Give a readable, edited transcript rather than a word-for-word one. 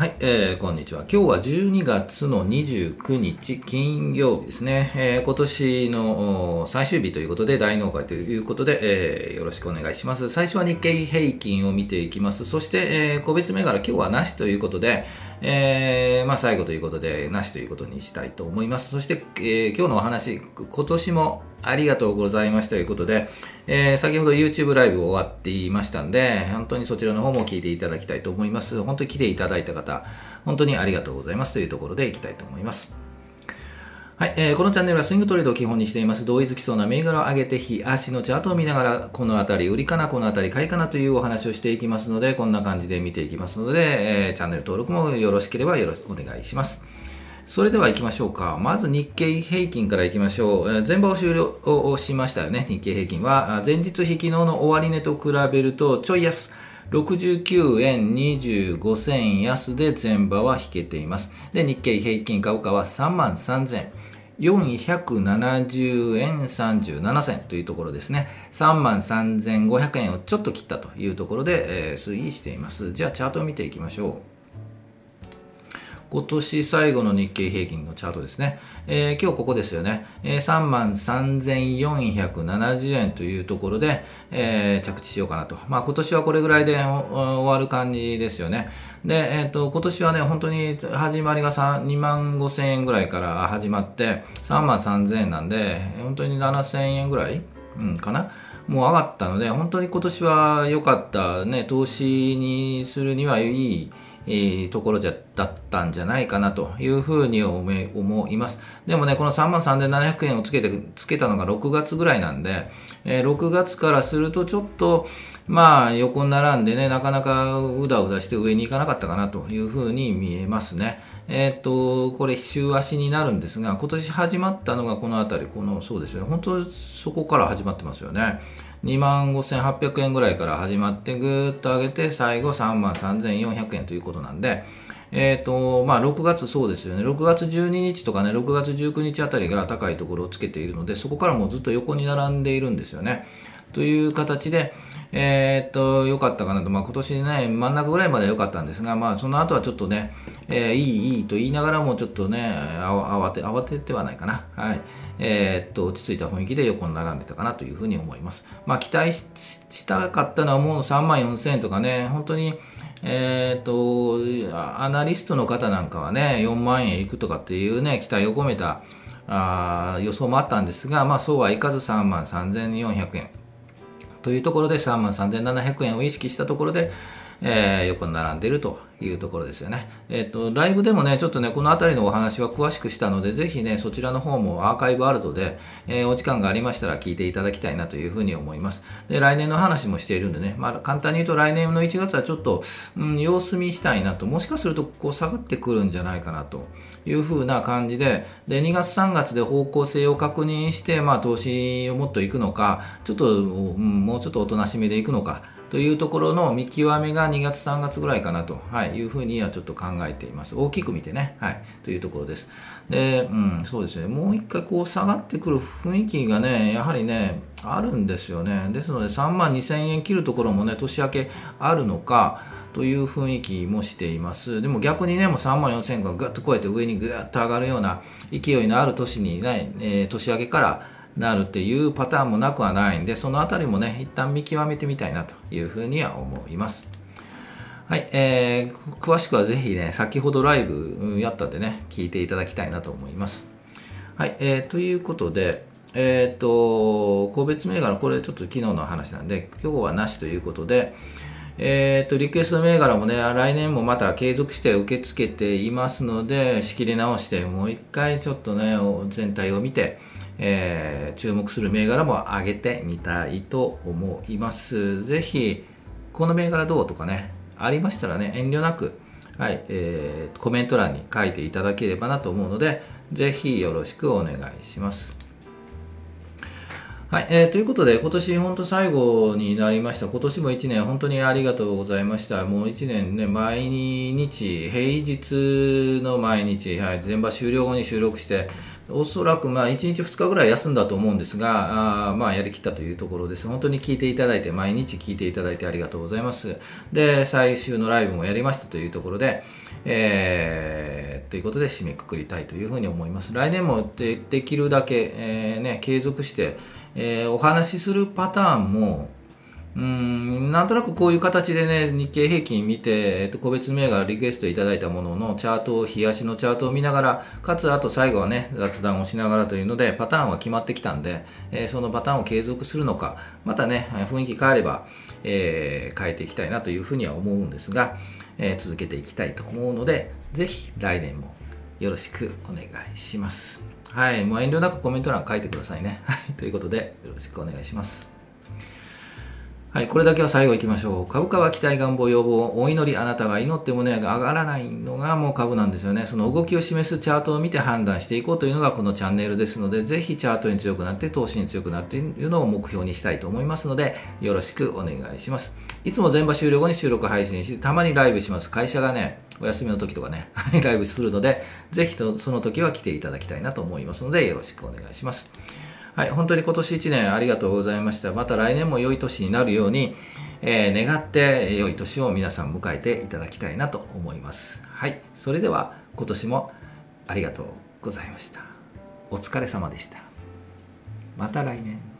はい、こんにちは。今日は12月の29日金曜日ですね。今年の最終日ということで、大納会ということで、よろしくお願いします。最初は日経平均を見ていきます。そして、個別銘柄、今日はなしということで、最後ということで、なしということにしたいと思います。そして、今日のお話、今年もありがとうございましたということで、先ほど YouTube ライブ終わっていましたんで、本当にそちらの方も聞いていただきたいと思います。本当に来ていただいた方、本当にありがとうございますというところでいきたいと思います。はい、このチャンネルはスイングトレードを基本にしています。同意づきそうな銘柄を上げて、日足のチャートを見ながら、このあたり売りかな、このあたり買いかなというお話をしていきますので、こんな感じで見ていきますので、チャンネル登録もよろしければお願いします。それでは行きましょうか。まず日経平均から行きましょう。前場を終了しましたよね。日経平均は前日比昨日の終値と比べるとちょい安。69円25銭安で前場は引けています。で、日経平均株価は33,470円37銭というところですね。33,500円をちょっと切ったというところで、推移しています。じゃあチャートを見ていきましょう。今年最後の日経平均のチャートですね。今日ここですよね。33,470円というところで、着地しようかなと。今年はこれぐらいで終わる感じですよね。で、今年はね、本当に始まりが25,000円ぐらいから始まって、33,000円なんで、本当に7,000円ぐらい、かな。もう上がったので、本当に今年は良かったね、投資にするにはいいところだったんじゃないかなというふうに思います。でもね、この33,700円をつけたのが6月ぐらいなんで、6月からするとちょっと、横に並んでね、なかなかうだうだして上に行かなかったかなというふうに見えますね。これ週足になるんですが、今年始まったのがこのあたり、そうですよね。本当そこから始まってますよね。25,800円ぐらいから始まってぐーっと上げて最後33,400円ということなんで、6月そうですよね。6月12日とかね、6月19日あたりが高いところをつけているので、そこからもうずっと横に並んでいるんですよね。という形で、良かったかなと。今年ね、真ん中ぐらいまでは良かったんですが、その後はちょっとね、いいと言いながらもちょっとね、慌ててはないかな。はい。落ち着いた雰囲気で横に並んでたかなというふうに思います。期待したかったのはもう34,000円とかね、本当に、アナリストの方なんかはね、4万円いくとかっていうね、期待を込めた予想もあったんですが、そうはいかず33,400円というところで33,700円を意識したところで、横に並んでいるというところですよね。ライブでもね、ちょっとね、このあたりのお話は詳しくしたので、ぜひね、そちらの方もアーカイブあるので、お時間がありましたら聞いていただきたいなというふうに思います。で、来年の話もしているんでね、簡単に言うと来年の1月はちょっと、様子見したいなと、もしかするとこう下がってくるんじゃないかなというふうな感じで、2月3月で方向性を確認して、投資をもっといくのか、ちょっと、もうちょっとおとなしめでいくのか、というところの見極めが2月3月ぐらいかなと、いうふうにはちょっと考えています。大きく見てね、というところです。で、そうですね。もう一回こう下がってくる雰囲気がね、やはりね、あるんですよね。ですので32,000円切るところもね、年明けあるのか、という雰囲気もしています。でも逆にね、もう34,000円がぐっと超えて上にぐっと上がるような勢いのある年にね、年明けからなるっていうパターンもなくはないんで、そのあたりもね、一旦見極めてみたいなというふうには思います。はい、詳しくはぜひね、先ほどライブやったんでね、聞いていただきたいなと思います。はい、ということで、個別銘柄、これちょっと昨日の話なんで、今日はなしということで、リクエスト銘柄もね、来年もまた継続して受け付けていますので、仕切り直して、もう一回ちょっとね、全体を見て、注目する銘柄も上げてみたいと思います。ぜひこの銘柄どうとかねありましたらね、遠慮なく、コメント欄に書いていただければなと思うので、ぜひよろしくお願いします。はい、ということで今年本当最後になりました。今年も1年本当にありがとうございました。もう1年ね、平日の毎日、前場終了後に収録して、 おそらく1日2日ぐらい休んだと思うんですが、やりきったというところです。本当に聞いていただいて、毎日聞いていただいてありがとうございます。で、最終のライブもやりましたというところで、ということで締めくくりたいというふうに思います。来年もできるだけ、継続して、お話しするパターンもなんとなくこういう形でね、日経平均見て、個別銘柄リクエストいただいたもののチャートを、日足のチャートを見ながら、かつあと最後はね、雑談をしながらというので、パターンは決まってきたんで、そのパターンを継続するのか、またね、雰囲気変われば、変えていきたいなというふうには思うんですが、続けていきたいと思うので、ぜひ来年もよろしくお願いします。はい、もう遠慮なくコメント欄書いてくださいね。ということで、よろしくお願いします。はい、これだけは最後いきましょう。株価は期待、願望、要望、お祈り、あなたが祈ってもね、上がらないのがもう株なんですよね。その動きを示すチャートを見て判断していこうというのがこのチャンネルですので、ぜひチャートに強くなって、投資に強くなっているのを目標にしたいと思いますので、よろしくお願いします。いつも全場終了後に収録配信して、たまにライブします。会社がね、お休みの時とかね、ライブするので、ぜひとその時は来ていただきたいなと思いますので、よろしくお願いします。はい、本当に今年1年ありがとうございました。また来年も良い年になるように、願って良い年を皆さん迎えていただきたいなと思います。はい、それでは今年もありがとうございました。お疲れ様でした。また来年。